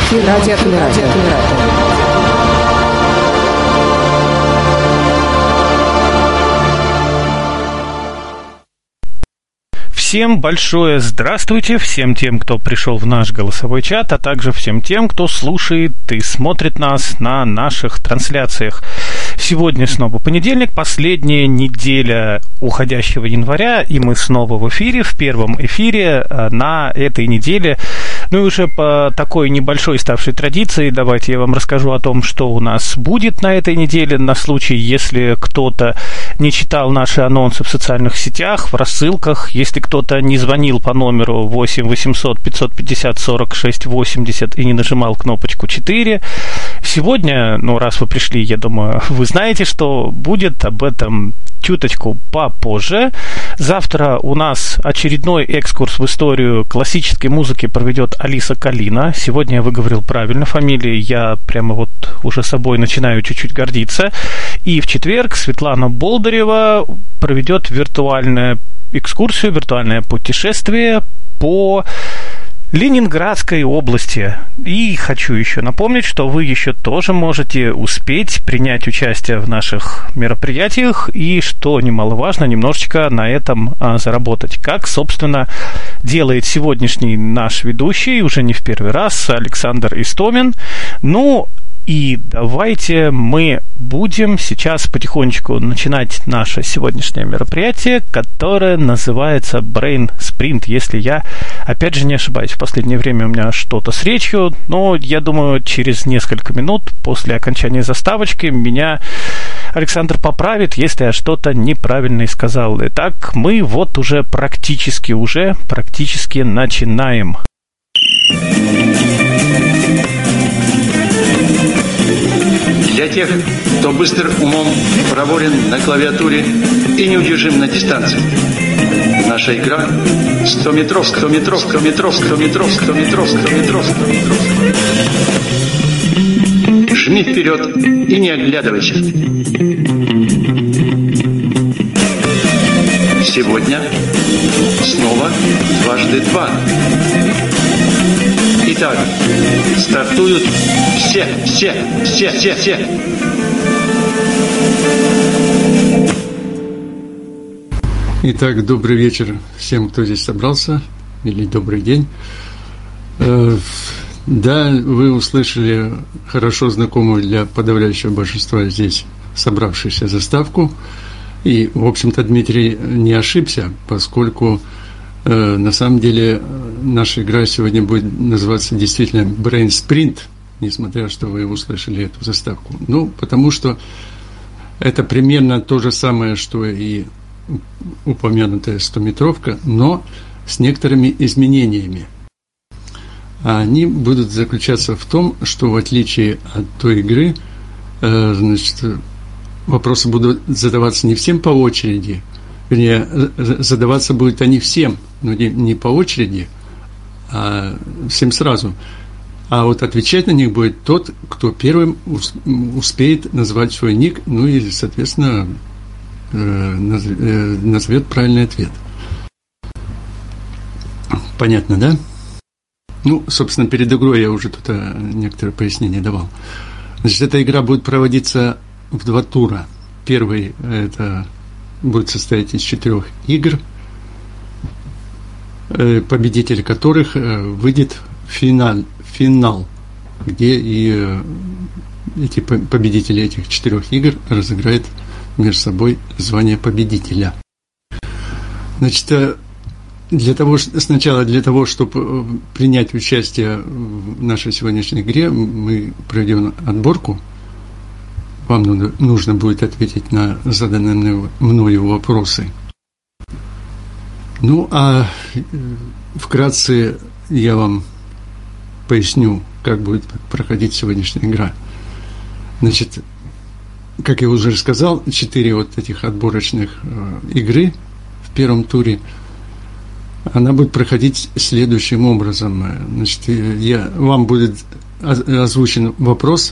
эфир радиоаккумулятор. Всем большое здравствуйте, всем тем, кто пришел в наш голосовой чат, а также всем тем, кто слушает и смотрит нас на наших трансляциях. Сегодня снова понедельник, последняя неделя уходящего января, и мы снова в эфире, в первом эфире на этой неделе. Ну и уже по такой небольшой ставшей традиции, давайте я вам расскажу о том, что у нас будет на этой неделе, на случай, если кто-то не читал наши анонсы в социальных сетях, в рассылках, если кто-то не звонил по номеру 8 800 550 46 80 и не нажимал кнопочку 4. Сегодня, раз вы пришли, я думаю, вы знаете, что будет, об этом чуточку попозже. Завтра у нас очередной экскурс в историю классической музыки проведет Алиса Калина. Сегодня я выговорил правильно фамилии, я прямо вот уже собой начинаю чуть-чуть гордиться. И в четверг Светлана Болдырева проведет виртуальную экскурсию, виртуальное путешествие по Ленинградской области. И хочу еще напомнить, что вы еще тоже можете успеть принять участие в наших мероприятиях и, что немаловажно, немножечко на этом заработать. Как, собственно, делает сегодняшний наш ведущий, уже не в первый раз, Александр Истомин. И давайте мы будем сейчас потихонечку начинать наше сегодняшнее мероприятие, которое называется Brain Sprint, если я, опять же, не ошибаюсь. В последнее время у меня что-то с речью, но я думаю, через несколько минут после окончания заставочки меня Александр поправит, если я что-то неправильно сказал. Итак, мы вот уже практически начинаем. Для тех, кто быстр умом, проворен на клавиатуре и неудержим на дистанции. Наша игра 100-метров. Жми вперед и не оглядывайся. Сегодня снова 2x2. Итак, стартуют все. Итак, добрый вечер всем, кто здесь собрался, или добрый день. Да, вы услышали хорошо знакомую для подавляющего большинства здесь собравшуюся заставку. И, в общем-то, Дмитрий не ошибся, поскольку на самом деле наша игра сегодня будет называться действительно Brain Sprint, несмотря на то, что вы услышали эту заставку. Потому что это примерно то же самое, что и упомянутая 100-метровка, но с некоторыми изменениями. А они будут заключаться в том, что в отличие от той игры, вопросы будут задаваться не всем по очереди, вернее, задаваться будут они всем, но не по очереди, а всем сразу. А вот отвечать на них будет тот, кто первым успеет назвать свой ник, и, соответственно, назовет правильный ответ. Понятно, да? Собственно, перед игрой я уже тут некоторые пояснения давал. Эта игра будет проводиться в 2 тура. Первый – это будет состоять из 4 игр, победитель которых выйдет в финал, где и эти победители этих 4 игр разыграют между собой звание победителя. Для того, чтобы принять участие в нашей сегодняшней игре, мы проведем отборку. Вам нужно будет ответить на заданные мною вопросы. А вкратце я вам поясню, как будет проходить сегодняшняя игра. Как я уже сказал, 4 вот этих отборочных игры в первом туре. Она будет проходить следующим образом. Вам будет озвучен вопрос,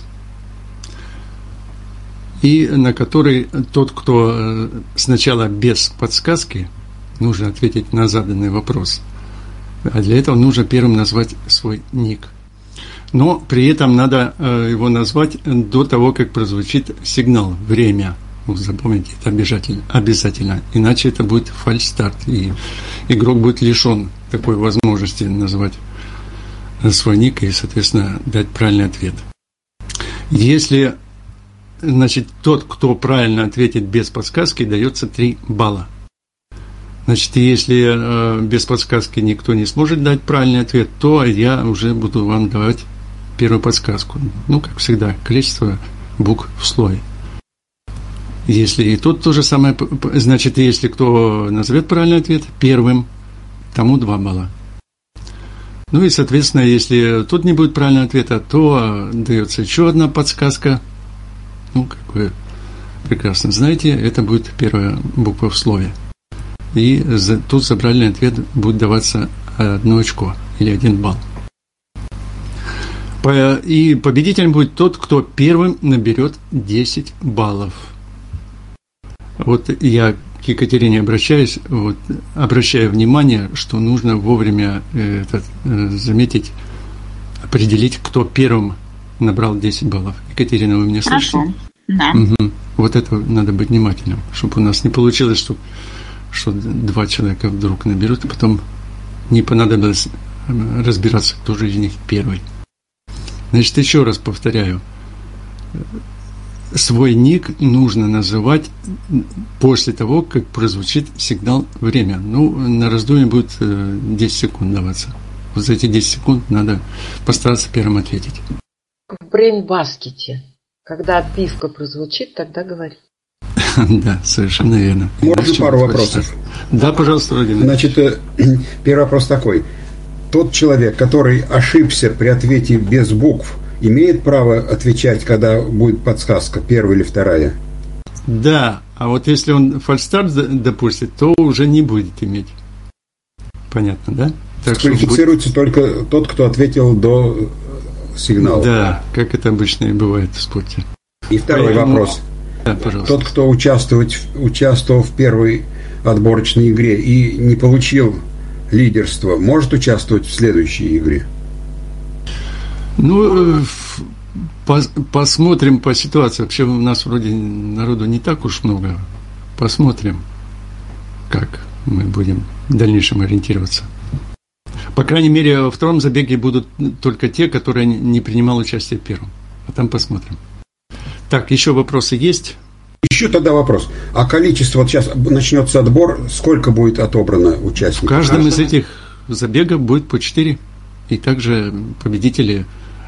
и на который тот, кто сначала без подсказки, нужно ответить на заданный вопрос. А для этого нужно первым назвать свой ник. Но при этом надо его назвать до того, как прозвучит сигнал, время. Запомните, это обязательно. Иначе это будет фальстарт, и игрок будет лишен такой возможности назвать свой ник и, соответственно, дать правильный ответ. Если, значит, тот, кто правильно ответит без подсказки, дается 3 балла. Значит, если без подсказки никто не сможет дать правильный ответ, то я уже буду вам давать первую подсказку. Как всегда, количество букв в слове. Если и тут то же самое, значит, если кто назовет правильный ответ первым, тому 2 балла. И, соответственно, если тут не будет правильного ответа, то дается еще одна подсказка. Как вы прекрасно знаете, это будет первая буква в слове. И тут за правильный ответ будет даваться 1 очко или 1 балл. И победителем будет тот, кто первым наберет 10 баллов. Вот я к Екатерине обращаюсь, обращаю внимание, что нужно вовремя заметить, определить, кто первым набрал 10 баллов. Екатерина, вы меня слышите? Хорошо, да. Угу. Вот это надо быть внимательным, чтобы у нас не получилось, что 2 человека вдруг наберут, а потом не понадобилось разбираться, кто же из них первый. Значит, еще раз повторяю. Свой ник нужно называть после того, как прозвучит сигнал «время». На раздумье будет 10 секунд даваться. Вот за эти 10 секунд надо постараться первым ответить. В брейн-баскете. Когда отбивка прозвучит, тогда говори. Да, совершенно верно. Можно пару вопросов? Да, пожалуйста, Владимир. Значит, первый вопрос такой. Тот человек, который ошибся при ответе без букв, имеет право отвечать, когда будет подсказка, первая или вторая? Да, а вот если он фальстарт допустит, то уже не будет иметь. Понятно, да? Квалифицируется только тот, кто ответил до сигнала. Да, как это обычно и бывает в спорте. И второй вопрос. Да, пожалуйста. Тот, кто участвовал в первой отборочной игре и не получил лидерство, может участвовать в следующей игре? Посмотрим по ситуации. Вообще у нас вроде народу не так уж много. Посмотрим, как мы будем в дальнейшем ориентироваться. По крайней мере, во втором забеге будут только те, которые не принимали участие в первом. А там посмотрим. Так, еще вопросы есть? Еще тогда вопрос. А количество, вот сейчас начнется отбор, сколько будет отобрано участников? В каждом из этих забегов будет по 4. И также победители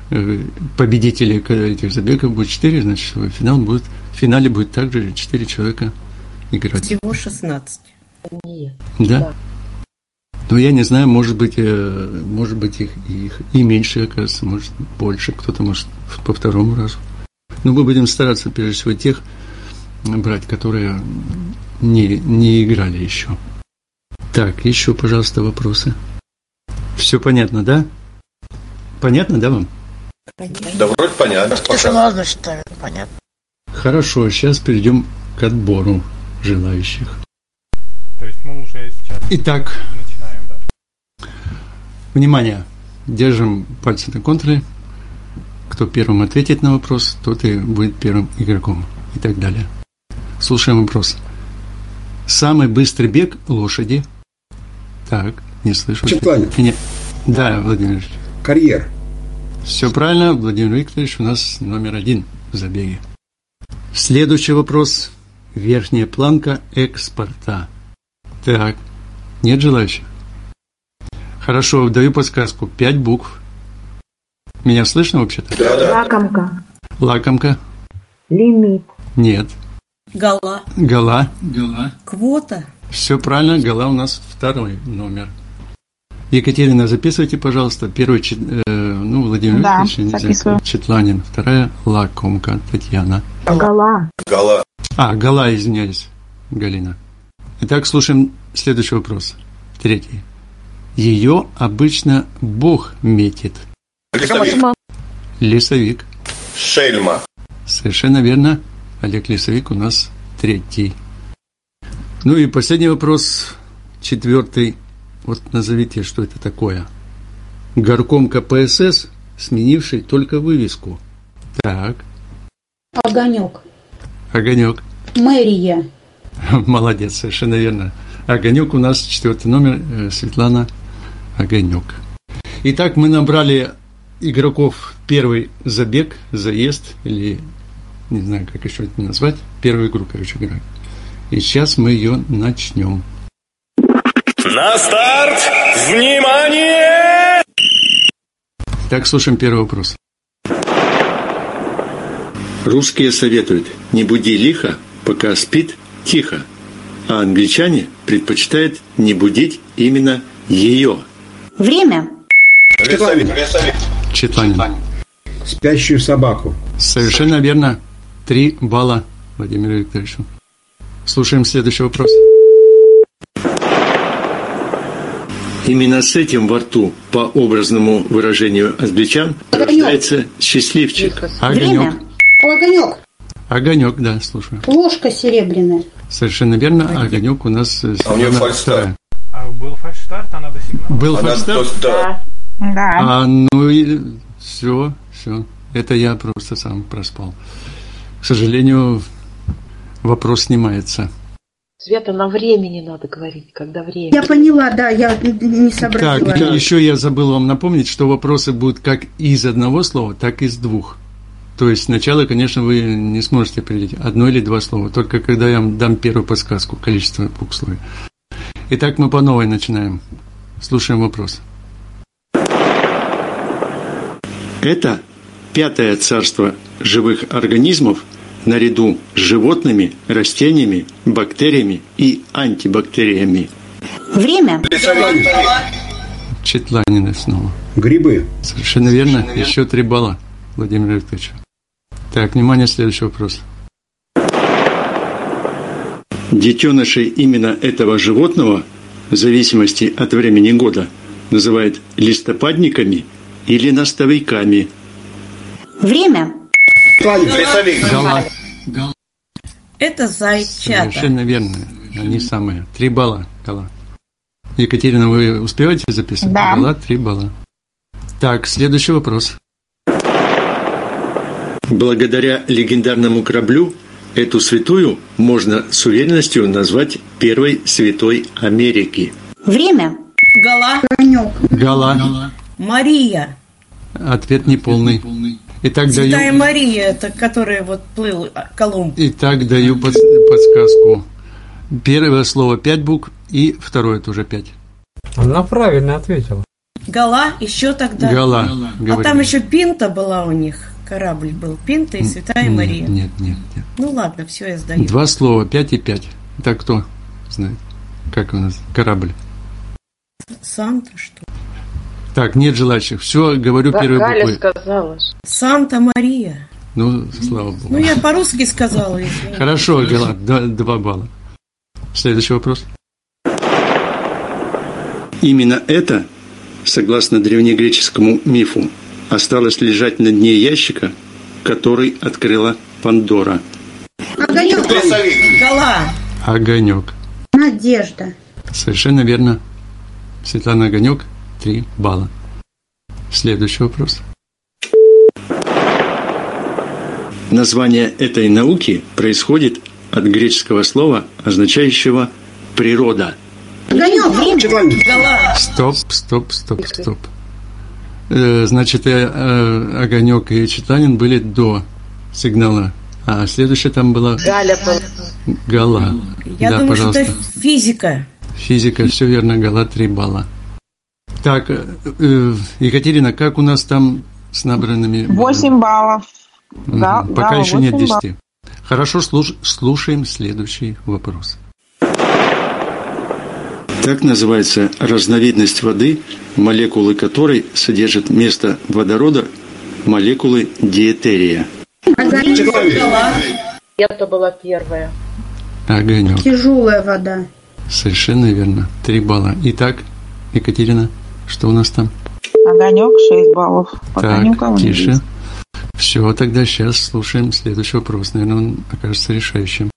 этих забегов будет 4, значит, в финале будет также 4 человека играть. Всего 16. Нет. Да. Но я не знаю, может быть их и меньше, оказывается, может больше, кто-то может по второму разу. Но мы будем стараться, прежде всего, тех брать, которые не играли еще. Так, еще, пожалуйста, вопросы. Все понятно, да? Понятно, да, вам? Да, вроде понятно. Тишина, значит, понятно. Хорошо, сейчас перейдем к отбору желающих. То есть мы уже сейчас Итак, начинаем, да? Внимание! Держим пальцы на контроле. Кто первым ответит на вопрос, тот и будет первым игроком. И так далее. Слушаем вопрос. Самый быстрый бег лошади. Так, не слышу. Четланин. Нет. Да, Владимир Ильич. Карьер. Все правильно. Владимир Викторович у нас номер 1 в забеге. Следующий вопрос. Верхняя планка экспорта. Так, нет желающих? Хорошо, даю подсказку. 5 букв. Меня слышно вообще-то? Да. Лакомка. Лакомка. Лимит. Нет. Гала. Гала. Квота. Все правильно, гала у нас 2 номер. Екатерина, записывайте, пожалуйста. Первый, Владимир Да, Викторович, записываю. Четланин. Вторая, лакомка, Татьяна. Гала. Гала, извиняюсь, Галина. Итак, слушаем следующий вопрос. 3. Ее обычно Бог метит. Лесовик. Шельма. Совершенно верно. Олег Лесовик у нас 3. Ну и последний вопрос, 4. Вот назовите, что это такое. Горком КПСС сменивший только вывеску. Так. Огонек. Огонек. Мэрия. Молодец, совершенно верно. Огонек у нас 4 номер, Светлана Огонек. Итак, мы набрали игроков первый забег, заезд, или не знаю, как еще это назвать. Первую игру, короче говоря. И сейчас мы ее начнем. На старт! Внимание! Так, слушаем первый вопрос. Русские советуют: не буди лихо, пока спит тихо. А англичане предпочитают не будить именно ее. Время. Лесовик. Четланин. Спящую собаку. Совершенно верно. 3 балла Владимиру Викторовичу. Слушаем следующий вопрос. Именно с этим во рту, по образному выражению англичан, рождается счастливчик. Огонек. Огонек. Огонек, да, слушаю. Ложка серебряная. Совершенно верно. Огонек у нас... А у нее фальстарт. А был фальшстарт, она до сигнала? Был фальстарт? Да. Да. Ну и все. Это я просто сам проспал. К сожалению, вопрос снимается. Света, на времени надо говорить, когда время. Я поняла, да, я не сообразила. Так, еще я забыл вам напомнить, что вопросы будут как из одного слова, так и из двух. То есть сначала, конечно, вы не сможете определить одно или два слова, только когда я вам дам первую подсказку, количество букв. Итак, мы по новой начинаем. Слушаем вопрос. Это 5-е царство живых организмов наряду с животными, растениями, бактериями и антибактериями. Время. Четланина снова. Грибы. Совершенно верно. Еще 3 балла Владимир Викторович. Так, внимание, следующий вопрос. Детенышей именно этого животного, в зависимости от времени года, называют листопадниками или настовиками. Время. Лесовик. Гала. Это зайчата. Совершенно верно. Они самые. 3 балла, Гала. Екатерина, вы успеваете записывать? Да. Гала, 3 балла. Так, следующий вопрос. Благодаря легендарному кораблю эту святую можно с уверенностью назвать первой святой Америки. Время. Гала. Огонек. Гала. Мария. Ответ неполный. Итак, Святая даю... Мария, это которая вот плыл Колумб. Итак, даю подсказку. Первое слово 5 букв, и второе тоже 5. Она правильно ответила. Гала, еще тогда. Гала. А говорили. там еще Пинта была у них. Корабль был. Пинта и Святая Мария. Нет. Ну ладно, все, я сдаю. 2 слова, 5 и 5. Так кто знает? Как у нас корабль? Санта, что? Так, нет желающих. Все, говорю Да, первые Галя буквы. сказала. Ну, Санта-Мария. слава богу. Ну, я по-русски сказала, извините. Хорошо, Гала, 2 балла. Следующий вопрос. Именно это, согласно древнегреческому мифу, осталось лежать на дне ящика, который открыла Пандора. Огонек. Гала. Огонек. Надежда. Совершенно верно. Светлана Огонек, 3 балла. Следующий вопрос. Название этой науки происходит от греческого слова, означающего «природа». Огонек. Время. Гала. Стоп. Значит, Огонек и Четланин были до сигнала. А следующая там была Гала. Я да, думаю, пожалуйста. что это физика. Физика, все верно, Гала, 3 балла. Так, Екатерина, как у нас там с набранными... 8 баллов. Да, пока да, еще нет 10. баллов. Хорошо, слушаем следующий вопрос. Так называется разновидность воды, молекулы которой содержат вместо водорода молекулы диэтерия. Это была первая. Огонек. Тяжелая вода. Совершенно верно. 3 балла. Итак, Екатерина, что у нас там? Огонек 6 баллов. Пока ни у кого Так, не тише. есть. Все, тогда сейчас слушаем следующий вопрос. Наверное, он окажется решающим.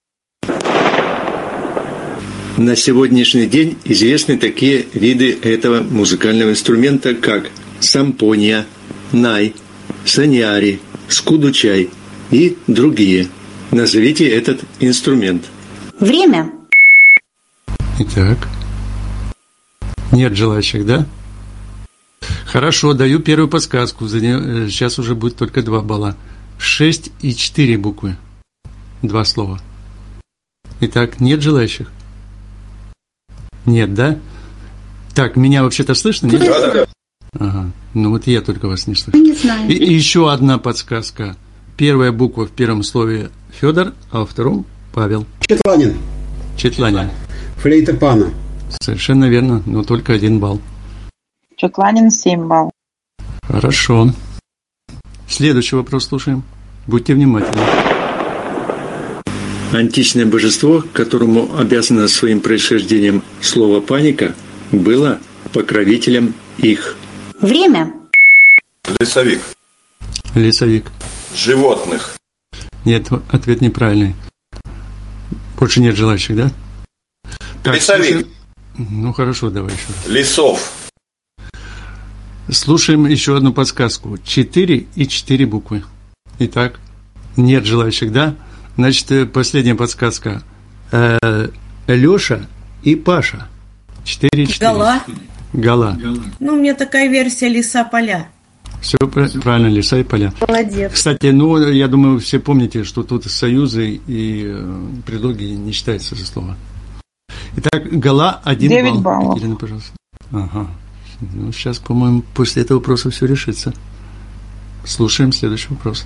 На сегодняшний день известны такие виды этого музыкального инструмента, как сампония, най, саньяри, скудучай и другие. Назовите этот инструмент. Время. Итак. Нет желающих, да? Хорошо, даю первую подсказку. Сейчас уже будет только 2 балла. 6 и 4 буквы. 2 слова. Итак, нет желающих? Нет, да? Так, меня вообще-то слышно? Нет? Да. Ага. Ну вот я только вас не слышу. Не знаю. И еще одна подсказка. Первая буква в первом слове Федор, а во втором Павел. Четланин. Четланин. Флейта пана. Совершенно верно, но только 1 балл. Четланин 7 баллов. Хорошо. Следующий вопрос слушаем. Будьте внимательны. Античное божество, которому обязано своим происхождением слово «паника», было покровителем их. Время. Лесовик. Лесовик. Животных. Нет, ответ неправильный. Больше нет желающих, да? Так, Лесовик. Ну хорошо, давай еще раз. Лесов. Слушаем еще одну подсказку. 4 и 4 буквы. Итак, нет желающих, да? Значит, последняя подсказка. Леша и Паша. 4 и 4. Гала. Гала. Ну, у меня такая версия леса-поля. Все правильно, леса и поля. Молодец. Кстати, я думаю, вы все помните, что тут союзы и предлоги не считаются за слово. Итак, Гала 1 балл. 9 баллов. Екатерина, пожалуйста. Ага. Ну, сейчас, по-моему, после этого вопроса все решится. Слушаем следующий вопрос.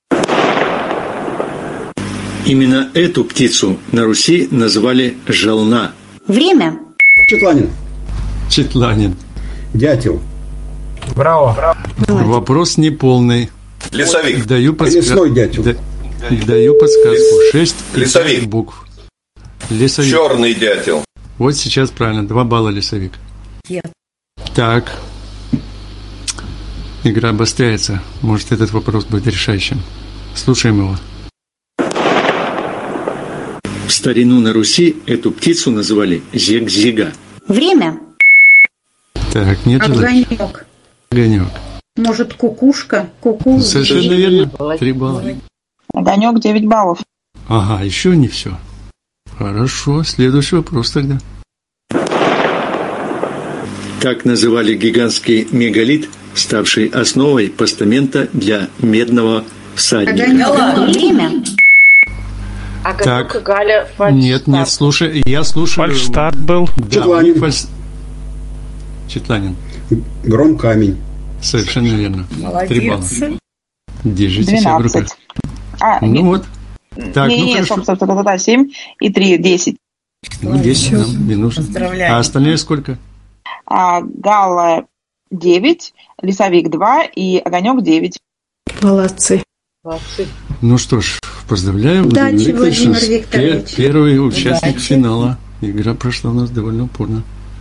Именно эту птицу на Руси назвали жална. Время. Четланин. Четланин. Дятел. Браво. Вопрос неполный. Лесовик. Даю Лесной дятел. Даю подсказку. 6 Лесовик. букв. Лесовик. Черный дятел. Вот сейчас правильно. 2 балла лесовик. Нет. Так. Игра обостряется. Может, этот вопрос будет решающим. Слушаем его. В старину на Руси эту птицу называли зиг-зига. Время. Так, нет желающих? Огонек. Огонек. Может, кукушка? Ку-ку. Совершенно верно. 3 балла. Огонек 9 баллов. Ага, еще не все. Хорошо, следующий вопрос тогда. Так называли гигантский мегалит, ставший основой постамента для медного всадника. Огонек. Время. Огонек и Галя фальшстарт. Нет, слушай, я слушаю. Фальшстарт был. Да, Четланин. Четланин. Гром камень. Совершенно верно. 3 балла. Молодец. Держите себя в руках. 12. Ну вот. Так, не, ну хорошо. стоп, 7 и 3, 10. Ну, 10 нам не нужно. Поздравляю. А остальные сколько? Гала 9, лесовик 2 и огонек 9. Молодцы. Ну что ж, поздравляю. Удачи, Владимир Владимир Викторович. Викторович. Первый участник Удачи. финала. Игра прошла у нас довольно упорно.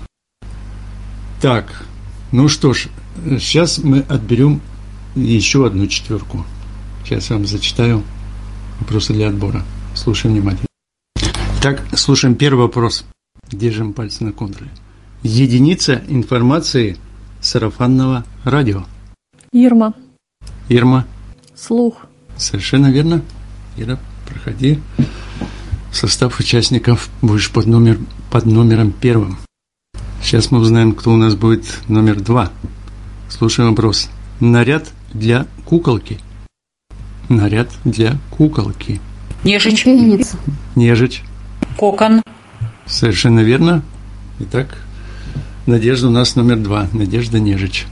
Так, ну что ж, сейчас мы отберем еще одну 4. Сейчас я вам зачитаю вопросы для отбора. Слушаем внимательно. Так, слушаем первый вопрос. Держим пальцы на контроле. Единица информации сарафанного радио. Ирма. Ирма. Слух. Совершенно верно. Ира, проходи. Состав участников будешь под номером 1. Сейчас мы узнаем, кто у нас будет номер 2. Слушаем вопрос. Наряд для куколки. Наряд для куколки. Нежич. Нежич. Кокон. Совершенно верно. Итак, Надежда у нас номер 2. Надежда Нежич.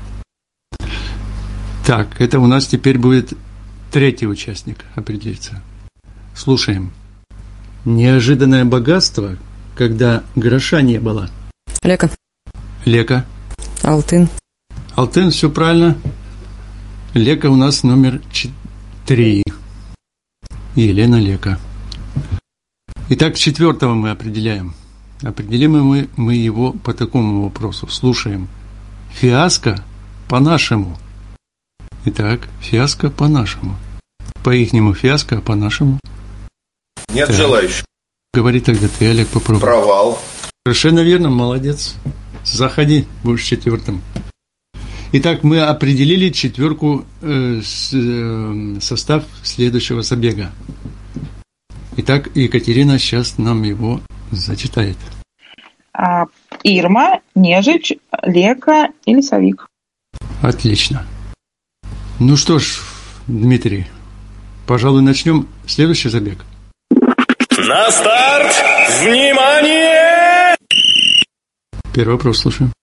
Так, это у нас теперь будет 3 участник определиться. Слушаем. Неожиданное богатство, когда гроша не было. Лека. Лека. Алтын. Алтын, все правильно. Лека у нас номер 3. Елена Лека. Итак, 4 мы определяем. Определим мы его по такому вопросу. Слушаем. Фиаско по-нашему. Итак, фиаско по-нашему. По-ихнему фиаско, а по-нашему. Нет так. Желающих. Говори тогда ты, Олег, попробуй. Провал. Совершенно верно, молодец. Заходи, будешь 4. Итак, мы определили четверку, состав следующего забега. Итак, Екатерина сейчас нам его зачитает. Ирма, Нежич, Лека и Лесовик. Отлично. Ну что ж, Дмитрий, пожалуй, начнем следующий забег. На старт! Внимание! Первый вопрос слушаем.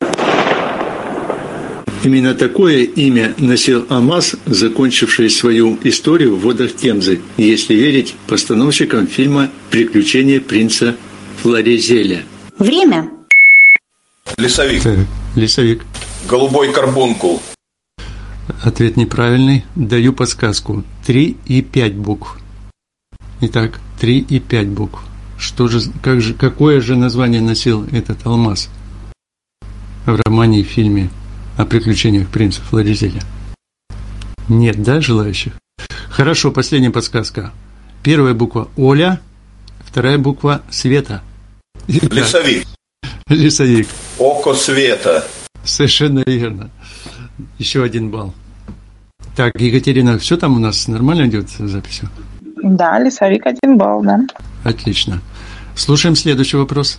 Именно такое имя носил Алмаз, закончивший свою историю в водах Темзы, если верить постановщикам фильма «Приключения принца Флоризеля». Время. Лесовик. Лесовик. Голубой карбункул. Ответ неправильный. Даю подсказку. 3 и 5 букв. Итак, 3 и 5 букв. Какое же название носил этот алмаз в романе и фильме о приключениях принца Флоризеля? Нет, да, желающих? Хорошо, последняя подсказка. Первая буква Оля, вторая буква Света. Лесовик. Лесовик. Око света. Совершенно верно. Еще 1 балл. Так, Екатерина, все там у нас нормально идет с записью? Да, Лесовик 1 балл, да. Отлично. Слушаем следующий вопрос.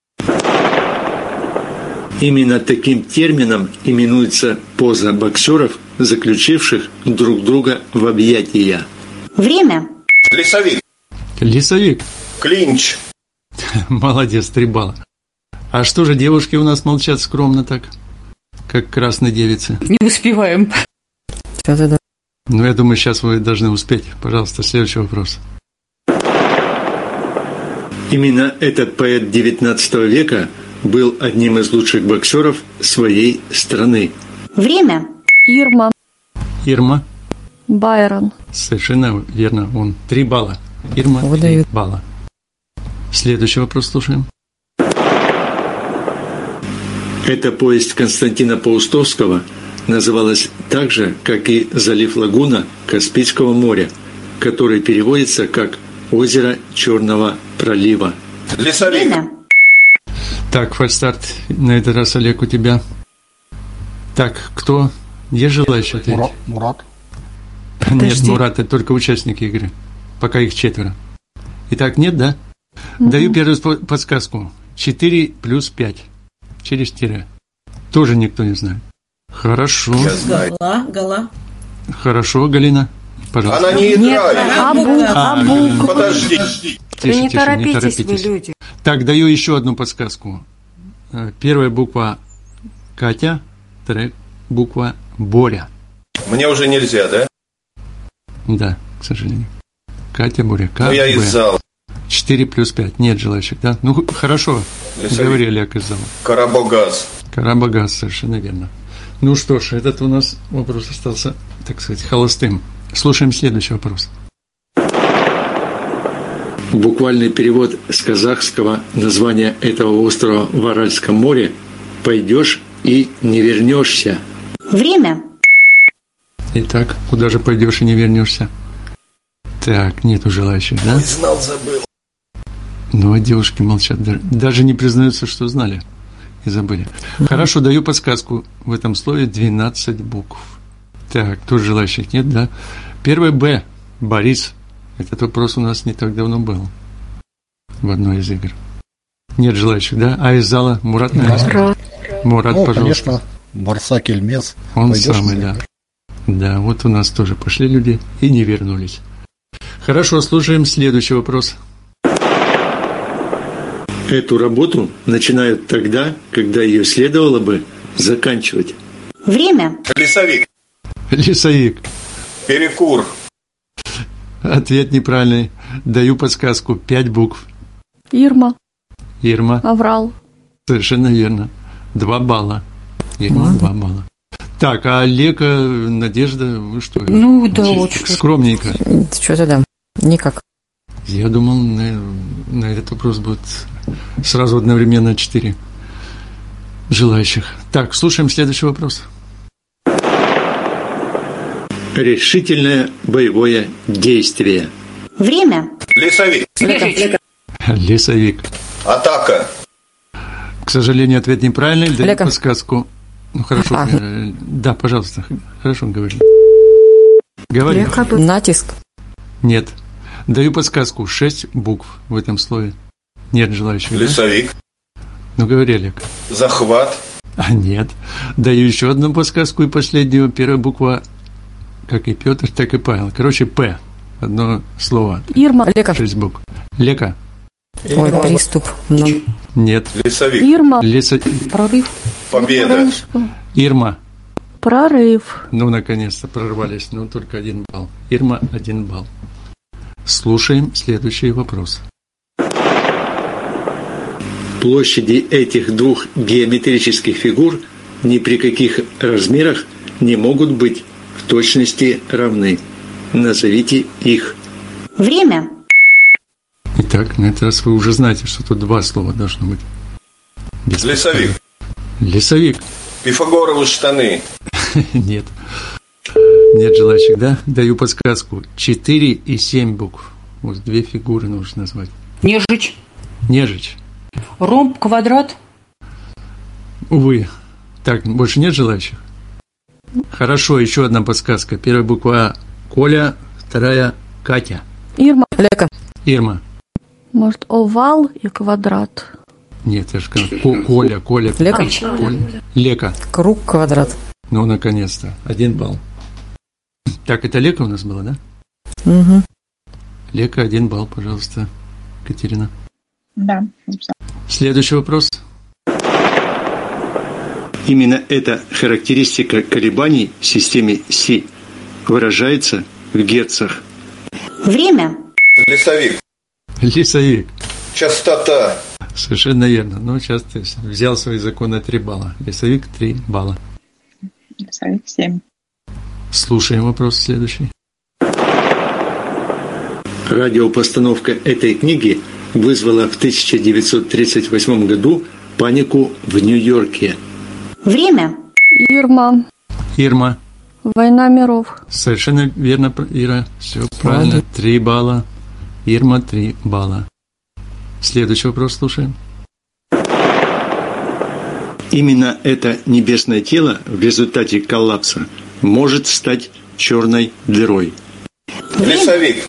Именно таким термином именуется поза боксеров, заключивших друг друга в объятия. Время. Лесовик. Лесовик. Клинч. Молодец, 3 балла. А что же девушки у нас молчат скромно так, как красные девицы? Не успеваем. Да. Ну, я думаю, сейчас вы должны успеть. Пожалуйста, следующий вопрос. Именно этот поэт XIX века был одним из лучших боксеров своей страны. Время. Ирма. Ирма. Байрон. Совершенно верно. Он 3 балла. Ирма, 3 балла. Следующий вопрос слушаем. Эта повесть Константина Паустовского называлась так же, как и «Залив Лагуна» Каспийского моря, который переводится как «Озеро Черного пролива». Лесовик. Так, фальстарт. На этот раз, Олег, у тебя. Так, кто? Есть желающий ответить? Мурат. Нет, Мурат, это только участники игры. Пока их 4. Итак, нет, да? Даю первую подсказку. 4 плюс 5. Через тире. Тоже никто не знает. Хорошо. Я знаю. Гала. Хорошо, Галина. Пожалуйста. Она не играет. Абук. Подожди. Тише, не тише, не торопитесь вы, торопитесь. люди. Так, даю еще одну подсказку. Первая буква Катя, вторая буква Боря. Мне уже нельзя, да? Да, к сожалению. Катя, Боря. Ну, я из зала. 4 плюс 5. Нет желающих, да? Ну, хорошо. Лесовик. Говори, Олег, из зала. Карабогаз. Карабогаз, совершенно верно. Ну что ж, этот у нас вопрос остался, так сказать, холостым. Слушаем следующий вопрос. Буквальный перевод с казахского названия этого острова в Аральском море «Пойдешь и не вернешься». Время. Итак, куда же пойдешь и не вернешься? Так, нету желающих, да? Ой, знал, забыл. Ну, а девушки молчат, даже не признаются, что знали и забыли. Хорошо, даю подсказку. В этом слове 12 букв. Так, тут желающих нет, да? Первый Б. Борис. Этот вопрос у нас не так давно был в одной из игр. Нет желающих, да? А из зала Мурат, наверное? Мурат, пожалуйста. Конечно, Барсак Эльмес. Он Пойдешь самый, да. Да, вот у нас тоже пошли люди и не вернулись. Хорошо, слушаем следующий вопрос. Эту работу начинают тогда, когда ее следовало бы заканчивать. Время. Лесовик. Лесовик. Перекур. Ответ неправильный. Даю подсказку. 5 букв. Ирма. Ирма. Аврал. Совершенно верно. 2 балла. Ирма, 2 балла. Так, а Лека, Надежда, вы что? Ну, да, очень. Скромненько. Что-то да. Никак. Я думал, на этот вопрос будет сразу одновременно 4 желающих. Так, слушаем следующий вопрос. Решительное боевое действие. Время. Лесовик. Лесовик. Атака. К сожалению, ответ неправильный. Даю подсказку. Ну, хорошо. Да, пожалуйста. Хорошо, говори. Говори. Натиск. Нет. Даю подсказку. 6 букв в этом слове. Нет желающих. Лесовик. Да? Ну, говори, Олег. Захват. А нет. Даю еще одну подсказку и последнюю. Первая буква, как и Петр, так и Павел. Короче, П. Одно слово. Ирма. Лека. 6 букв. Лека. Ой, приступ. Нет. Лесовик. Ирма. Прорыв. Победа. Ирма. Прорыв. Ну, наконец-то прорвались. Ну, только 1 балл. Ирма, 1 балл. Слушаем следующий вопрос. Площади этих двух геометрических фигур ни при каких размерах не могут быть в точности равны. Назовите их. Время. Итак, на этот раз вы уже знаете, что тут 2 слова должно быть. Лесовик. Лесовик. Пифагоровы штаны. Нет. Нет желающих, да? Даю подсказку. 4 и 7 букв. Вот 2 фигуры нужно назвать. Нежить. Нежить. Ромб, квадрат. Увы. Так, больше нет желающих? Хорошо, еще одна подсказка. Первая буква А – Коля, вторая – Катя. Ирма. Лека. Ирма. Может, овал и квадрат. Нет, я же сказал. Коля. Лека. Коля. Лека. Круг, квадрат. Ну, наконец-то. 1 балл. Так, это Лека у нас была, да? Угу. Лека, 1 балл, пожалуйста, Катерина. Да. Следующий вопрос. Именно эта характеристика колебаний в системе Си выражается в герцах. Время. Лесовик. Лесовик. Частота. Совершенно верно. Ну, сейчас ты взял свои законы 3 балла. Лесовик 3 балла. Лесовик 7. Слушаем вопрос следующий. Радиопостановка этой книги вызвала в 1938 году панику в Нью-Йорке. Время. Ирма. Ирма. Война миров. Совершенно верно, Ира. Все правильно. 3 балла. Ирма 3 балла. Следующий вопрос слушаем. Именно это небесное тело в результате коллапса может стать черной дырой. Лесовик.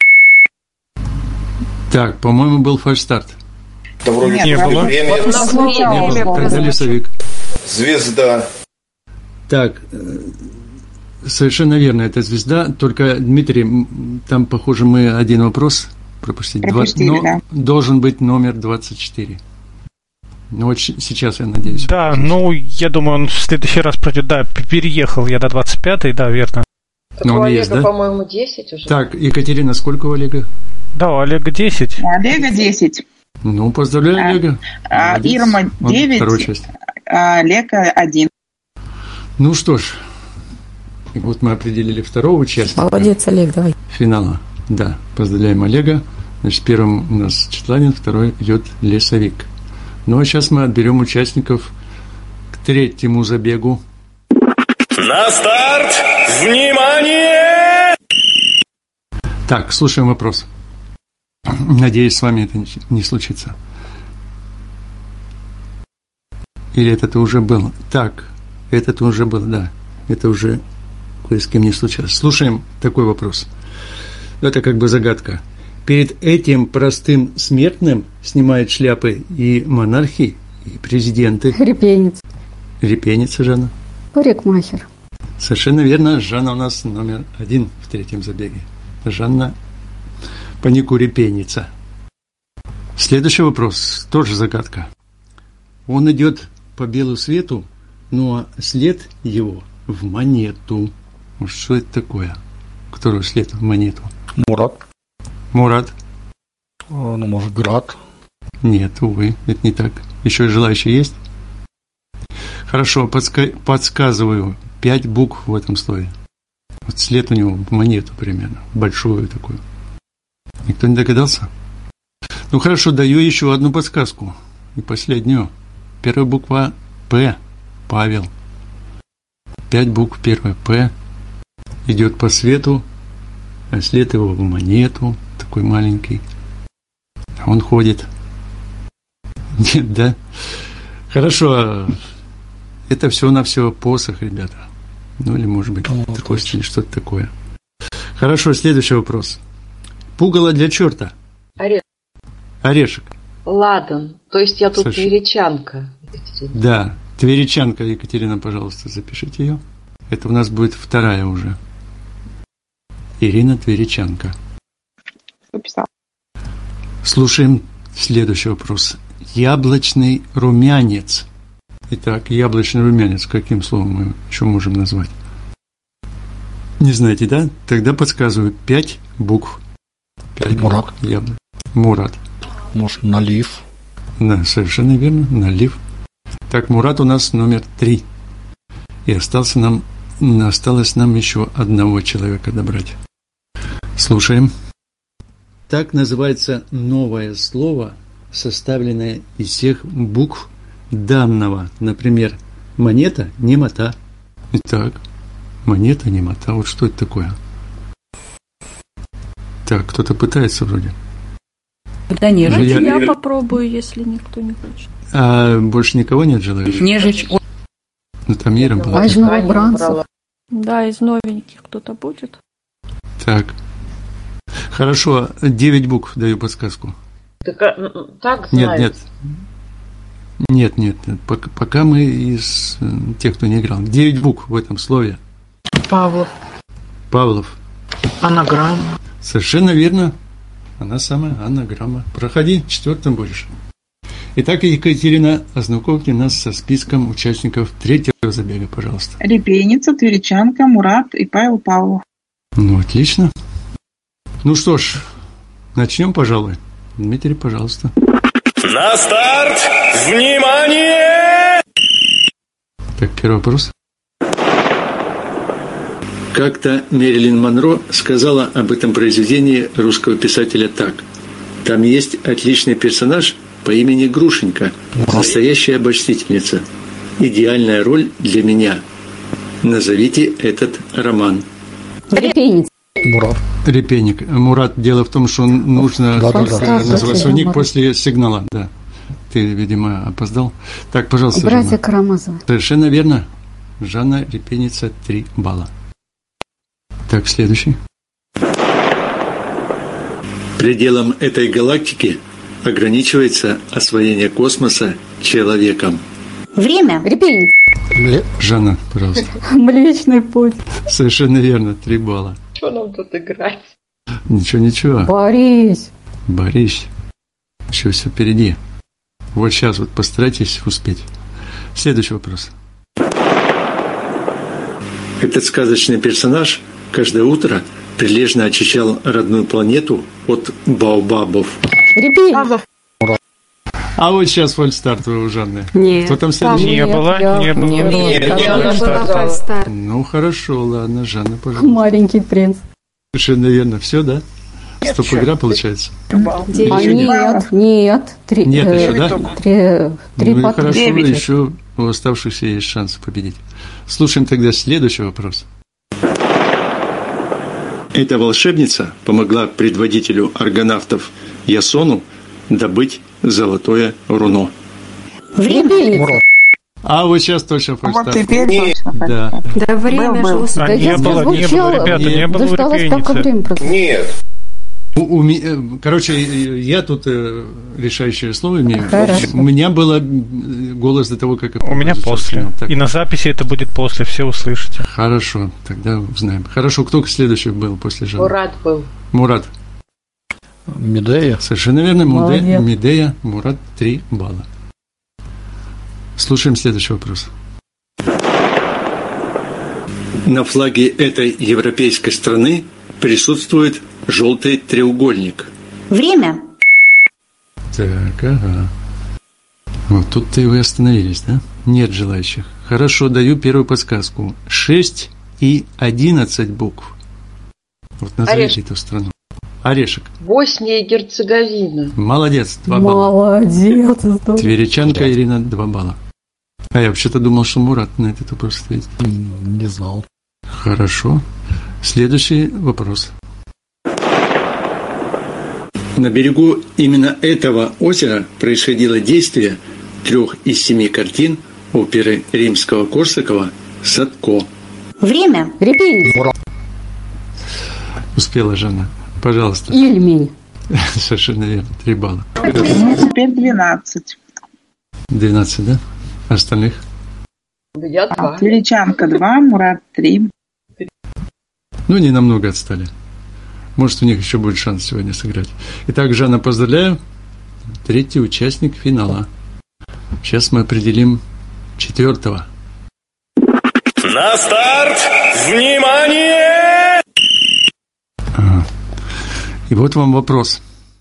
Так, по-моему, был фальстарт. Да вроде не было. Время. Тогда лесовик. Звезда. Так, совершенно верно, это звезда. Только, Дмитрий, там, похоже, мы 1 вопрос пропустили. Да. Должен быть номер 24. Ну, вот сейчас, я надеюсь. Да, ну, я думаю, он в следующий раз пройдет. Да, переехал я до 25-й, да, верно. Так у Олега, есть, да? По-моему, 10 уже. Так, Екатерина, сколько у Олега? Да, у Олега 10. У Олега 10. Ну, поздравляю, Олега. Ирма 9, Лека 1. Ну что ж, и вот мы определили 2-го участника. Молодец, Олег, давай. Финала. Да, поздравляем Олега. Значит, первым у нас Четланин, второй идет Лесовик. Ну, а сейчас мы отберем участников к 3-му забегу. На старт! Внимание! Так, слушаем вопрос. Надеюсь, с вами это не случится. Или это уже был? Так, это уже был, да. Это уже кое с кем не случилось. Слушаем такой вопрос. Это как бы загадка. Перед этим простым смертным снимают шляпы и монархи, и президенты. Репейниц. Репейница, Жанна. Парикмахер. Совершенно верно. Жанна у нас номер 1 в 3-м забеге. Жанна Панику репейница. Следующий вопрос. Тоже загадка. Он идет по белу свету, ну а след его в монету. Может, что это такое? Который след в монету? Мурат. Мурат. Ну, может, Град. Нет, увы, это не так. Еще желающие есть? Хорошо, подсказываю. 5 букв в этом слове. Вот след у него в монету примерно. Большую такую. Никто не догадался? Ну хорошо, даю еще одну подсказку. И последнюю. Первая буква П. Павел. 5 букв, первая П. Идет по свету, а след его в монету. Такой маленький. А он ходит. Нет, да? Хорошо. Это всего-навсего посох, ребята. Ну, или, может быть, трость или что-то такое. Хорошо, следующий вопрос. Пугало для черта. Орешек. Ладан. То есть я тут тверичанка. Да, тверичанка, Екатерина, пожалуйста, запишите ее. Это у нас будет вторая уже. Ирина Тверичанка. Записал. Слушаем следующий вопрос. Яблочный румянец. Итак, яблочный румянец. Каким словом мы еще можем назвать? Не знаете, да? Тогда подсказываю. 5 букв. 5 Мурат. Букв. Мурат. Может, налив? Да, совершенно верно. Налив. Так, Мурат у нас номер 3. И осталось нам еще одного человека добрать. Слушаем. Так называется новое слово, составленное из всех букв данного. Например, монета, немота. Итак, монета, немота. Вот что это такое? Так, кто-то пытается вроде. Да нет. Я попробую, если никто не хочет. А больше никого нет желающих? Нежич. Ну, там Ира была. А из новобранцев? Да, из новеньких кто-то будет. Так. Хорошо, 9 букв даю подсказку. Так знаю. Нет. Пока мы из тех, кто не играл. 9 букв в этом слове. Павлов. Анаграмма. Совершенно верно. Она самая анаграмма. Проходи, 4-м будешь. Итак, Екатерина, ознакомьте нас со списком участников 3-го забега, пожалуйста. Репейница, Тверичанка, Мурат и Павел Павлов. Ну, отлично. Ну что ж, начнем, пожалуй. Дмитрий, пожалуйста. На старт! Внимание! Так, первый вопрос. Как-то Мэрилин Монро сказала об этом произведении русского писателя так. Там есть отличный персонаж по имени Грушенька, настоящая обольстительница. Идеальная роль для меня. Назовите этот роман. Репейница. Мурат. Репейник. Мурат, дело в том, что нужно назвать свой ник после сигнала. Да. Ты, видимо, опоздал. Так, пожалуйста, Братья Жанна. Карамазовы. Совершенно верно. Жанна, Репейница, 3 балла. Так, следующий. Пределом этой галактики ограничивается освоение космоса человеком. Время. Репейница. Жанна, пожалуйста. Млечный путь. Совершенно верно, 3 балла. Что нам тут играть? Ничего. Борись. Еще все впереди. Вот сейчас вот постарайтесь успеть. Следующий вопрос. Этот сказочный персонаж каждое утро прилежно очищал родную планету от баобабов. Репейница. А вот сейчас фальстарт у Жанны. Нет. Кто там следующий? Не было. Ну, хорошо, ладно, Жанна, пожалуйста. Маленький принц. Совершенно верно. Все, да? Стоп-игра получается? Нет. Три. Нет, еще, да? Три ну и хорошо, 9. еще у оставшихся есть шанс победить. Слушаем тогда следующий вопрос. Эта волшебница помогла предводителю аргонавтов Ясону добыть золотое руно. Репейница. А вот сейчас точно фальстарт. Вот теперь точно. Да. Да время же А не было, ребята, не было репейницы. Нет. Короче, я тут решающее слово имею. Хорошо. У меня был голос до того, как... У меня после. Так. И на записи это будет после, все услышите. Хорошо, тогда узнаем. Хорошо, кто следующий был после Жанны? Мурат был. Мурат. Медея. Совершенно верно. Молодец. Медея, Мурат, 3 балла. Слушаем следующий вопрос. На флаге этой европейской страны присутствует желтый треугольник. Время. Так, ага. Вот тут-то и вы остановились, да? Нет желающих. Хорошо, даю первую подсказку. 6 и 11 букв. Вот назовите эту страну. Орешек. Босния и Герцеговина. Молодец, 2 балла. Молодец. Тверичанка Ирина, 2 балла. А я вообще-то думал, что Мурат на этот вопрос ответит. Не знал. Хорошо. Следующий вопрос. На берегу именно этого озера происходило действие 3 из 7 картин оперы Римского-Корсакова «Садко». Время. Репетиция. Успела Жанна. Пожалуйста. Ильмень. Совершенно верно. 3 балла. Теперь 12. 12, да? Остальных? Я 2. Величанка 2, Мурат 3. Ну, не намного отстали. Может, у них еще будет шанс сегодня сыграть. Итак, Жанна, поздравляю. 3-й участник финала. Сейчас мы определим 4-го. На старт! Внимание! Ага. И вот вам вопрос.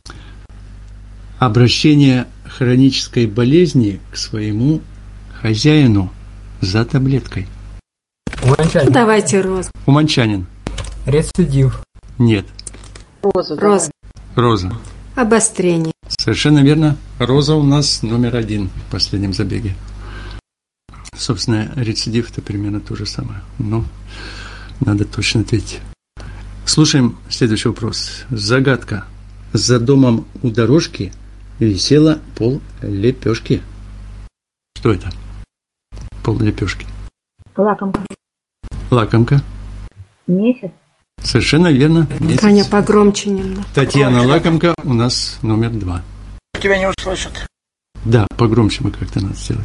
Обращение хронической болезни к своему хозяину за таблеткой. Уманчанин. Давайте розу. Уманчанин. Рецидив. Нет. Роза. Роза. Обострение. Совершенно верно. Роза у нас номер 1 в последнем забеге. Собственно, рецидив – это примерно то же самое. Но надо точно ответить. Слушаем следующий вопрос. Загадка. За домом у дорожки висела пол-лепешки. Что это? Пол-лепешки. Лакомка. Лакомка. Месяц. Совершенно верно. Месяц. Таня, погромче немного. Татьяна Лакомка у нас номер 2. Тебя не услышат. Да, погромче мы как-то надо сделать.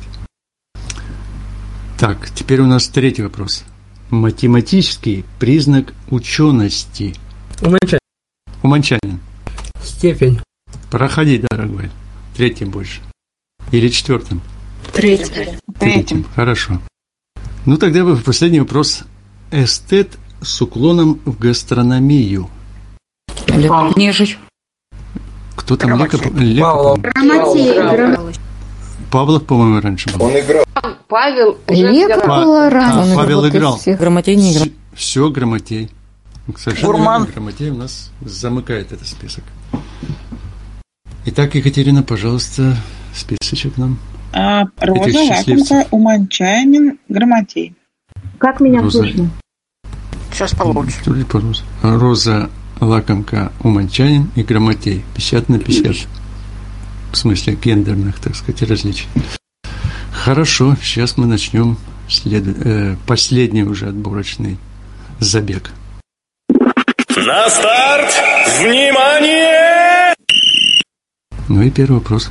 Так, теперь у нас 3-й вопрос. Математический признак учености. Уманчанин. Уманчанин. Степень. Проходи, дорогой. 3-м больше. Или 4-м? 3. Хорошо. Ну, тогда последний вопрос. Эстет с уклоном в гастрономию. Нежич. Кто там? Павлов. Павлов, по-моему, раньше был. Он играл. Павел Павел играл. Грамотей не играл. Все, Грамотей. Совершенно Гурман. верно, Грамотей у нас замыкает этот список. Итак, Екатерина, пожалуйста, списочек нам. Роза, Лакомка, Уманчанин, Грамотей. Как меня слышно? Сейчас получше. Роза, Лакомка, Уманчанин и Грамотей. 50 на 50. В смысле гендерных, так сказать, различий. Хорошо, сейчас мы начнем последний уже отборочный забег. На старт! Внимание! Ну и первый вопрос.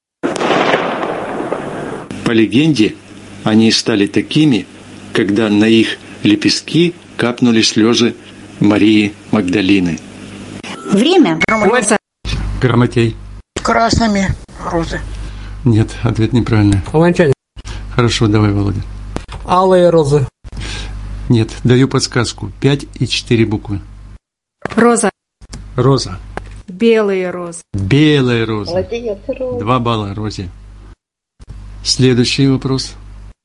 По легенде, они стали такими, когда на их лепестки капнули слезы Марии Магдалины. Время. Грамотей. Красными розы. Нет, ответ неправильный. Уманчанин. Хорошо, давай, Володя. Алые розы. Нет, даю подсказку. 5 и 4 буквы. Роза. Роза. Белые розы. Белая роза. Молодец, Роза. 2 балла Розе. Следующий вопрос.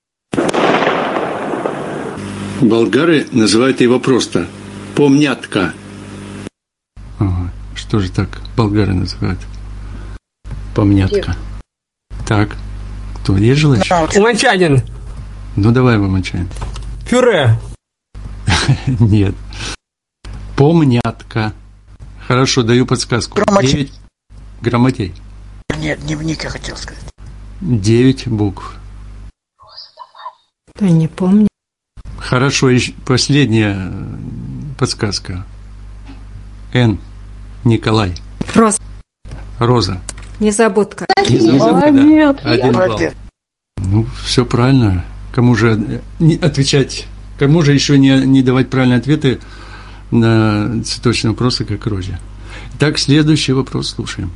Болгары называют его просто помнятка. Ага. Что же так болгары называют? Помнятка. Так. Кто, есть желающий? Уманчанин. Ну, давай, Уманчанин. Пюре. Нет. Помнятка. Хорошо, даю подсказку. Грамотей. 9. Грамотей. Нет, дневник я хотел сказать. 9 букв. Да не помню. Хорошо, и последняя подсказка. Н. Николай. Роза. Роза. Незабудка. Незабудка, да. 1 балл. Ну, все правильно. Кому же отвечать, кому же еще не давать правильные ответы на цветочные вопросы, как Розе. Итак, следующий вопрос слушаем.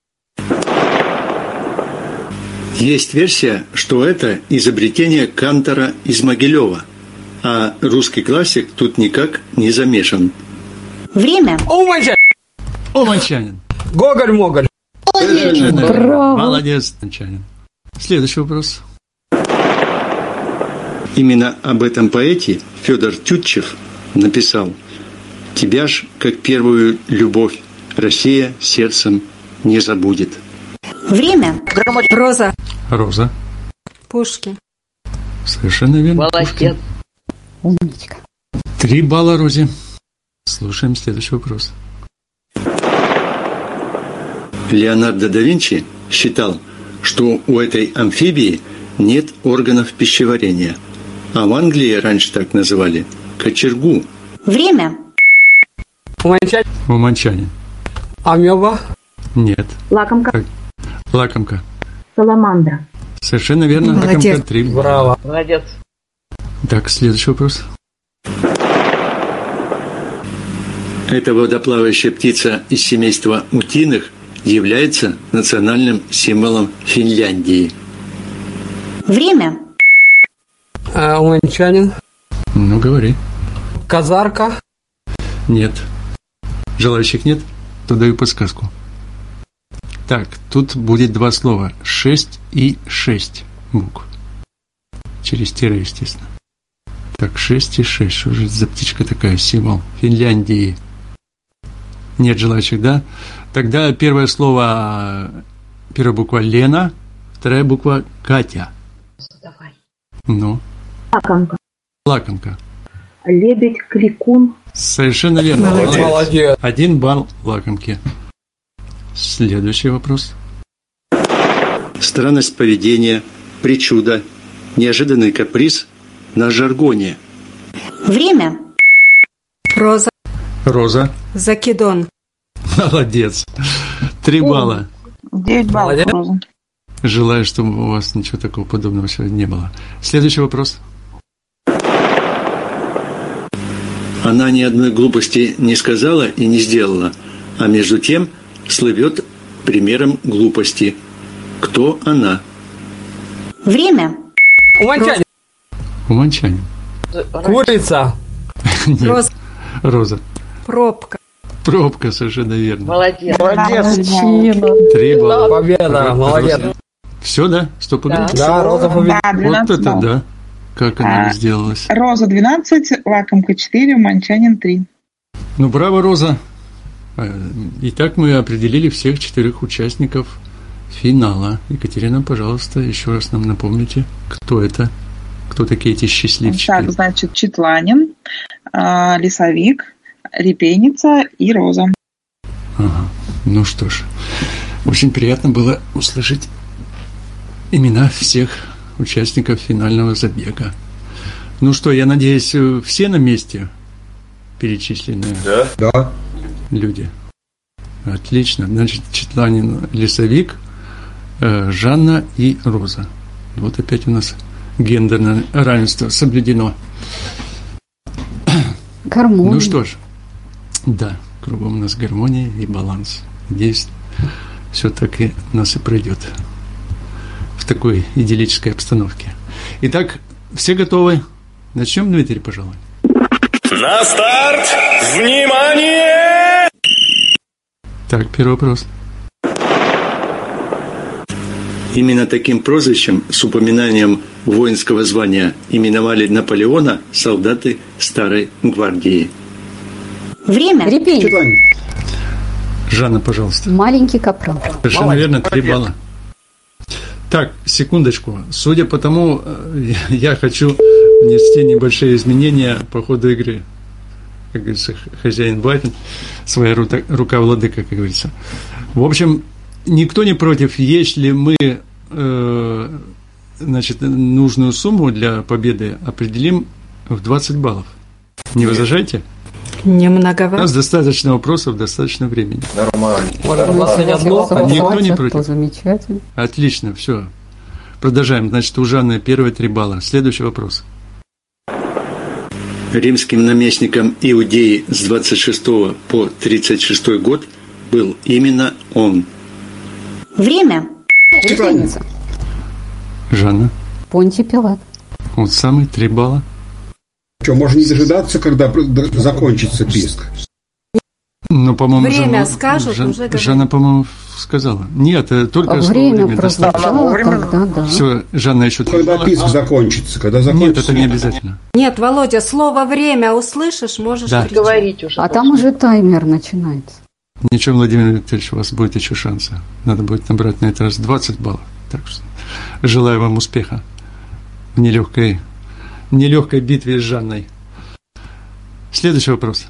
Есть версия, что это изобретение Кантора из Могилева, а русский классик тут никак не замешан. Время. Уманчанин. Гоголь-моголь. Браво. Молодец, Уманчанин. Следующий вопрос. Именно об этом поэте Федор Тютчев написал: «Тебя ж, как первую любовь, Россия сердцем не забудет». Время. Роза. Роза. Пушкин. Совершенно верно. Молодец. Умничка. 3 балла Розе. Слушаем следующий вопрос. Леонардо да Винчи считал, что у этой амфибии нет органов пищеварения. А в Англии раньше так называли кочергу. Время. Уманчанин. Амеба. Нет. Лакомка. Лакомка. Саламандра. Совершенно верно. Молодец. Лакомка 3. Браво. Молодец. Так, следующий вопрос. Эта водоплавающая птица из семейства утиных является национальным символом Финляндии. Время. Уманчанин. Ну, говори. Казарка. Нет. Желающих нет? То даю подсказку. Так, тут будет два слова. 6 и 6 букв. Через тире, естественно. Так, 6 и 6. Что же за птичка такая? Символ Финляндии. Нет желающих, да? Тогда первое слово, первая буква Лена, вторая буква Катя. Давай. Ну? Лакомка. Лакомка. Лебедь, кликун. Совершенно верно. Молодец. 1 балл лакомки. Следующий вопрос. Странность поведения, причуда, неожиданный каприз на жаргоне. Время. Роза. Роза. Закидон. Молодец. 3 балла. 9 баллов, Роза. Желаю, чтобы у вас ничего такого подобного сегодня не было. Следующий вопрос. Она ни одной глупости не сказала и не сделала, а между тем слывет примером глупости. Кто она? Время. Уманчанин. Уманчанин. Курица. Нет. Роза. Роза. Пробка. Пробка, совершенно верно. Молодец. Молодец. 3 балла. Победа. Молодец. Все, да? 100 побед? Да, Роза победила. Да, 12 Вот это баллов. да. Как она сделалась. Роза 12, Лакомка 4, Уманчанин 3. Ну, браво, Роза. Итак, мы определили всех 4 участников финала. Екатерина, пожалуйста, еще раз нам напомните, кто это, кто такие эти счастливчики. Так, значит, Четланин, Лесовик, Репейница и Роза. Ага. Ну что ж, очень приятно было услышать имена всех участников финального забега. Ну что, я надеюсь, все на месте перечисленные Да. люди. Отлично. Значит, Четланин, Лесовик, Жанна и Роза. Вот опять у нас гендерное равенство соблюдено. Гармония. Ну что ж, да, кругом у нас гармония и баланс. Надеюсь, все так и у нас и пройдет в такой идиллической обстановке. Итак, все готовы? Начнем, Дмитрий, пожалуй. На старт! Внимание! Так, первый вопрос. Именно таким прозвищем с упоминанием воинского звания именовали Наполеона солдаты Старой Гвардии. Время. Репейник. Жанна, пожалуйста. Маленький капрал. Совершенно верно, 3 балла. Так, секундочку. Судя по тому, я хочу внести небольшие изменения по ходу игры. Как говорится, хозяин Батин, своя рука владыка, как говорится. В общем, никто не против, если мы значит, нужную сумму для победы определим в 20 баллов. Не возражайте? Не У многовато. нас достаточно вопросов, достаточно времени. Нормально. Никто не против? Замечательно. Отлично, все. Продолжаем. Значит, у Жанны первые 3 балла. Следующий вопрос. Римским наместником Иудеи с 26 по 36 год был именно он. Время. Репейница. Жанна. Понтий Пилат. Вот самый 3 балла. Что, можно не дожидаться, когда закончится писк? Ну, по-моему, Время скажут, уже говорят. Жанна, по-моему, сказала. Нет, только Время время прозвучало, тогда да. Все, Жанна еще 3 Когда балла. писк закончится, когда Нет, закончится. это не обязательно. Нет, Володя, слово «время» услышишь, можешь Да. кричать. Говорить уже. А там уже таймер начинается. Ничего, Владимир Викторович, у вас будет еще шансы. Надо будет набрать на этот раз 20 баллов. Так что желаю вам успеха в нелегкой битве с Жанной. Следующий вопрос.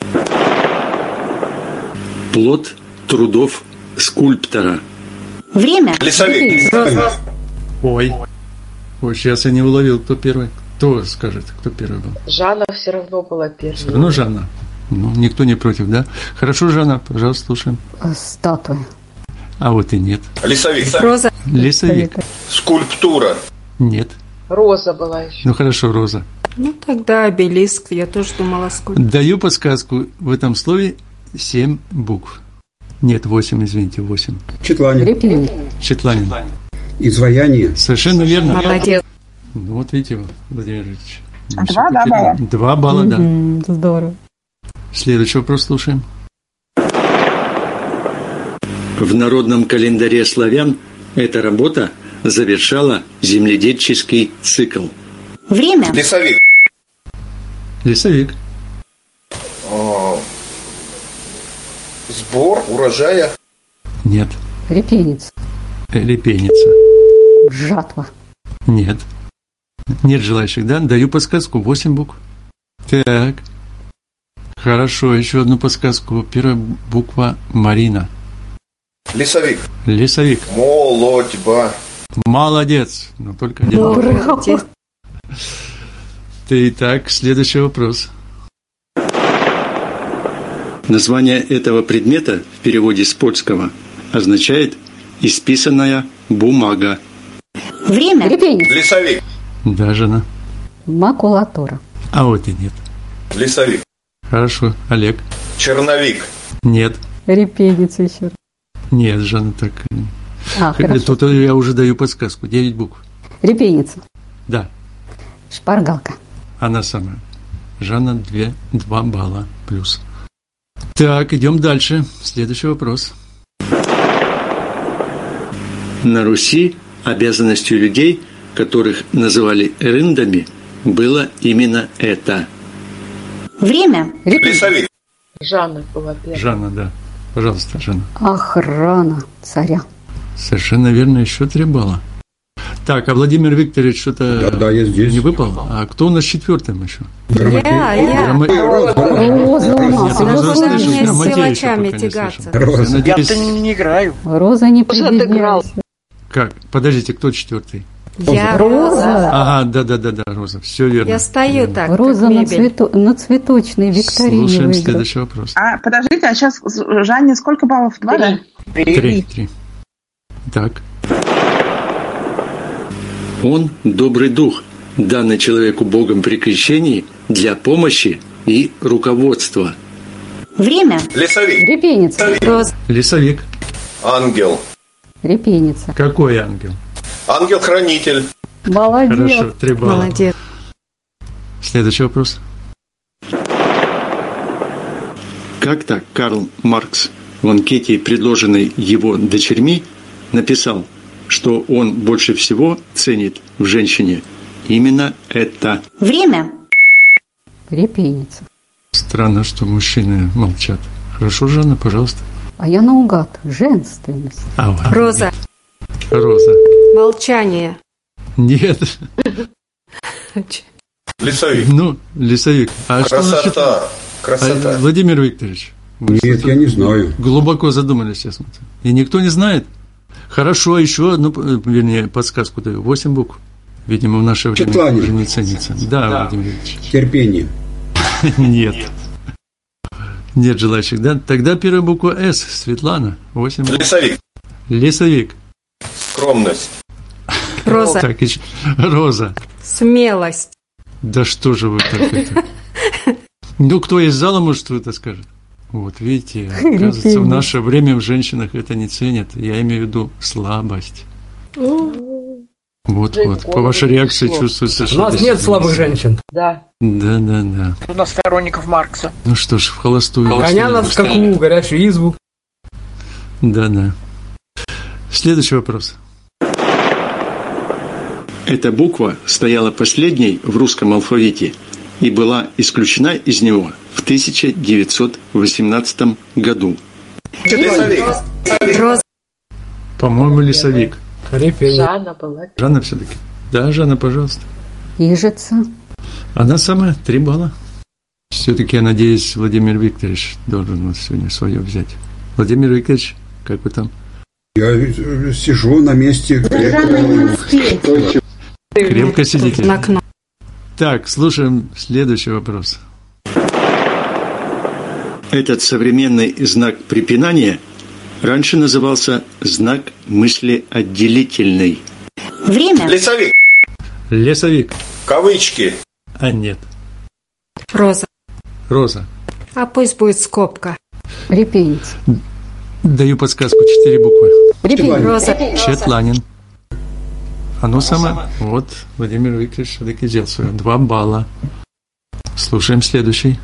Плод трудов скульптора. Время. Лесовик. Ой. Ой, сейчас я не уловил, кто первый. Кто скажет, кто первый был? Жанна все равно была первой. Все равно Жанна. Ну, никто не против, да? Хорошо, Жанна, пожалуйста, слушаем. Статуя. А вот и нет. Лесовик. Роза. Лесовик. Скульптура. Нет. Роза была еще. Ну, хорошо, Роза. Ну, тогда обелиск. Я тоже думала, сколько. Даю подсказку. В этом слове 7 букв. Нет, 8, извините, 8. Четланин. Четланин. Изваяние. Совершенно верно. Молодец. Ну, вот видите, Владимир Ильич. 2, да, балла? 2 балла, да. Здорово. Следующий вопрос слушаем. В народном календаре славян эта работа завершала земледельческий цикл. Время. Лесовик. Лесовик. Сбор урожая. Нет. Репейница. Репейница. Жатва. Нет. Нет желающих, да? Даю подсказку. 8 букв. Так. Хорошо, еще одну подсказку. Первая буква Марина. Лесовик. Лесовик. Молодьба. Молодец. Но только один. Молодец. Итак, следующий вопрос. Название этого предмета в переводе с польского означает «исписанная бумага». Время. Репейница. Лесовик. Да, жена. Макулатура. А вот и нет. Лесовик. Хорошо. Олег. Черновик. Нет. Репейница еще. Нет, Жанна, так... Хорошо. Тут я уже даю подсказку. 9 букв. Репейница. Да. Шпаргалка. Она самая. Жанна 2 балла плюс. Так, идем дальше. Следующий вопрос. На Руси обязанностью людей, которых называли рындами, было именно это. Время. Лесовик. Жанна была первой. Жанна, да. Пожалуйста, Жанна. Охрана царя. Совершенно верно, еще 3 балла. Так, а Владимир Викторович что-то Да, я здесь. не выпал? А кто у нас 4-м еще? Я. Роза у нас. Я Роза слышу, мне с Грамотея еще силачами пока не тягаться. слышал. Я надеюсь... Я-то не играю. Роза не Роза отыграл. прибедняйся. Как? Подождите, кто 4-й? Я. Роза. Ага, да, Роза, все верно. Я стою Верно. так, Роза как на, мебель. на цветочной викторине Слушаем выиграла. следующий вопрос. А, подождите, а сейчас Жанне сколько баллов? 2, да? 3. Так. Он – добрый дух, данный человеку Богом при крещении для помощи и руководства. Время. Лесовик. Репейница. Роза. Лесовик. Ангел. Репейница. Какой ангел? Ангел-хранитель. Молодец. Хорошо, 3 балла. Молодец. Следующий вопрос. Как-то Карл Маркс в анкете, предложенной его дочерьми, написал, что он больше всего ценит в женщине именно это. Время. Репейница. Странно, что мужчины молчат. Хорошо, Жанна, пожалуйста. А я наугад. Женственность. А, ладно. Роза. Роза. Молчание. Нет. Лесовик. Ну, лесовик. А что значит? Красота. Владимир Викторович. Нет, я не знаю. Глубоко задумались сейчас. И никто не знает? Хорошо, еще одну, вернее, подсказку даю. 8 букв. Видимо, в наше время Четланин. уже не ценится. Да, Владимир Викторович. Терпение. Нет. Нет желающих, да? Тогда первая буква «С». Светлана. 8 букв. Лесовик. Лесовик. Скромность. Роза. Так, еще. Роза. Смелость. Да что же вы так это? Ну, кто из зала, может, что-то скажет? Вот, видите, оказывается, в наше время в женщинах это не ценят. Я имею в виду слабость. Вот, по вашей реакции чувствуется, что... У нас нет слабых женщин. Да. Да. У нас сторонников Маркса. Ну что ж, в холостую... Коня на скаку, горячую избу. Да. Следующий вопрос. Эта буква стояла последней в русском алфавите и была исключена из него в 1918 году. Лесовик. Роза. По-моему, лесовик. Жанна была. Жанна все-таки. Да, Жанна, пожалуйста. Ижица. Она самая, 3 балла. Все-таки, я надеюсь, Владимир Викторович должен вот сегодня свое взять. Владимир Викторович, как вы там? Я сижу на месте. Крепко сидите. На кнопку. Так, слушаем следующий вопрос. Этот современный знак препинания раньше назывался знак мыслеотделительный. Время. Лесовик. Лесовик. Кавычки. А нет. Роза. Роза. А пусть будет скобка. Репейница. Даю подсказку, 4 буквы. Репейница. Роза. Четланин. Оно самое. Вот Владимир Викторович все-таки сделал свое. 2 балла. Слушаем следующий.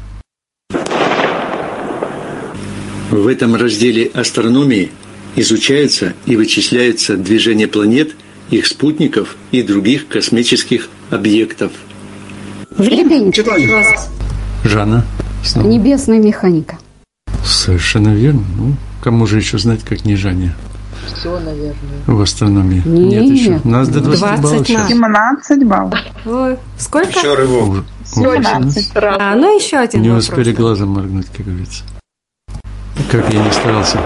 В этом разделе астрономии изучается и вычисляется движение планет, их спутников и других космических объектов. Время. Роза. Жанна. Снова. Небесная механика. Совершенно верно. Ну, кому же еще знать, как не Жанне? Все, наверное. В астрономии. Нет. Еще. У нас до 20 баллов сейчас. 17 баллов. Ой, сколько? Еще рывок. 17. А, ну еще один Не вопрос. успели глазом моргнуть, как говорится. Как я не старался.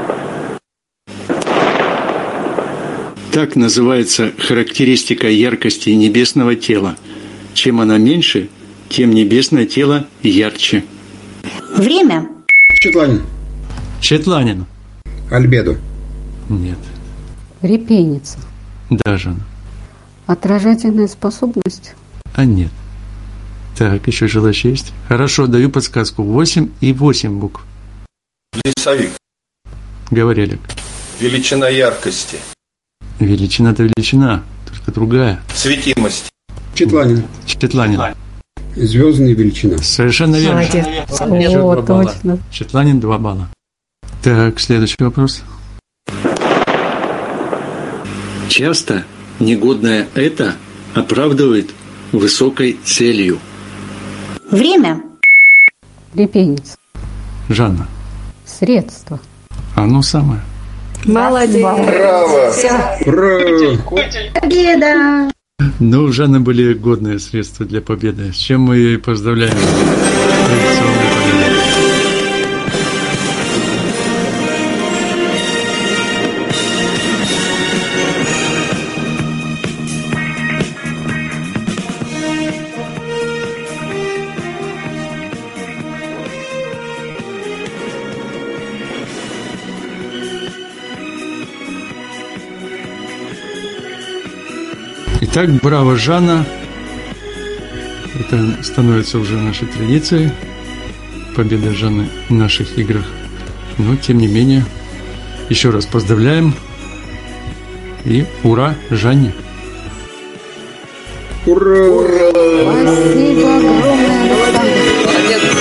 Так называется характеристика яркости небесного тела. Чем она меньше, тем небесное тело ярче. Время. Четланин. Четланин. Альбедо. Нет. Репейница. Да, Жанна. Отражательная способность. А нет. Так, еще желающие есть? Хорошо, даю подсказку. 8 и 8 букв. Лесовик. Говори, Олег. Величина яркости. Величина-то величина, только другая. Светимость. Четланин. Четланин. Звездная величина. Совершенно верно. Молодец. Еще 2 балла. Точно. Четланин 2 балла. Так, следующий вопрос. Часто негодное «это» оправдывает высокой целью. Время. Репейница. Жанна. Средство. Оно самое. Молодец. Браво. Все. Ура! Победа. Ну, у Жанны были годные средства для победы, с чем мы ее и поздравляем. Традиционной победой. Итак, браво, Жанна. Это становится уже нашей традицией. Победа Жанны в наших играх. Но, тем не менее, еще раз поздравляем. И ура Жанне. Ура! Спасибо огромное, Александр.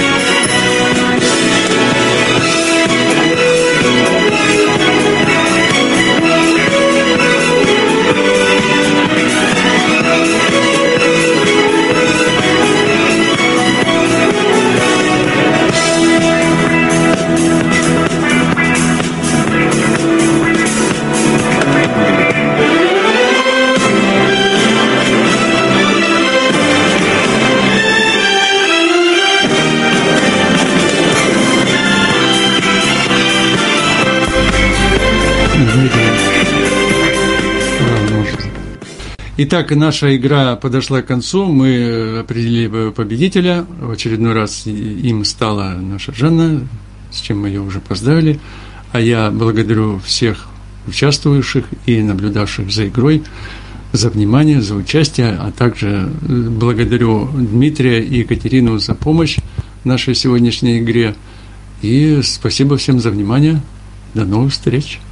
Итак, наша игра подошла к концу. Мы определили победителя. В очередной раз им стала наша Жанна, с чем мы ее уже поздравили. А я благодарю всех участвующих и наблюдавших за игрой за внимание, за участие, а также благодарю Дмитрия и Екатерину за помощь в нашей сегодняшней игре. И спасибо всем за внимание. До новых встреч!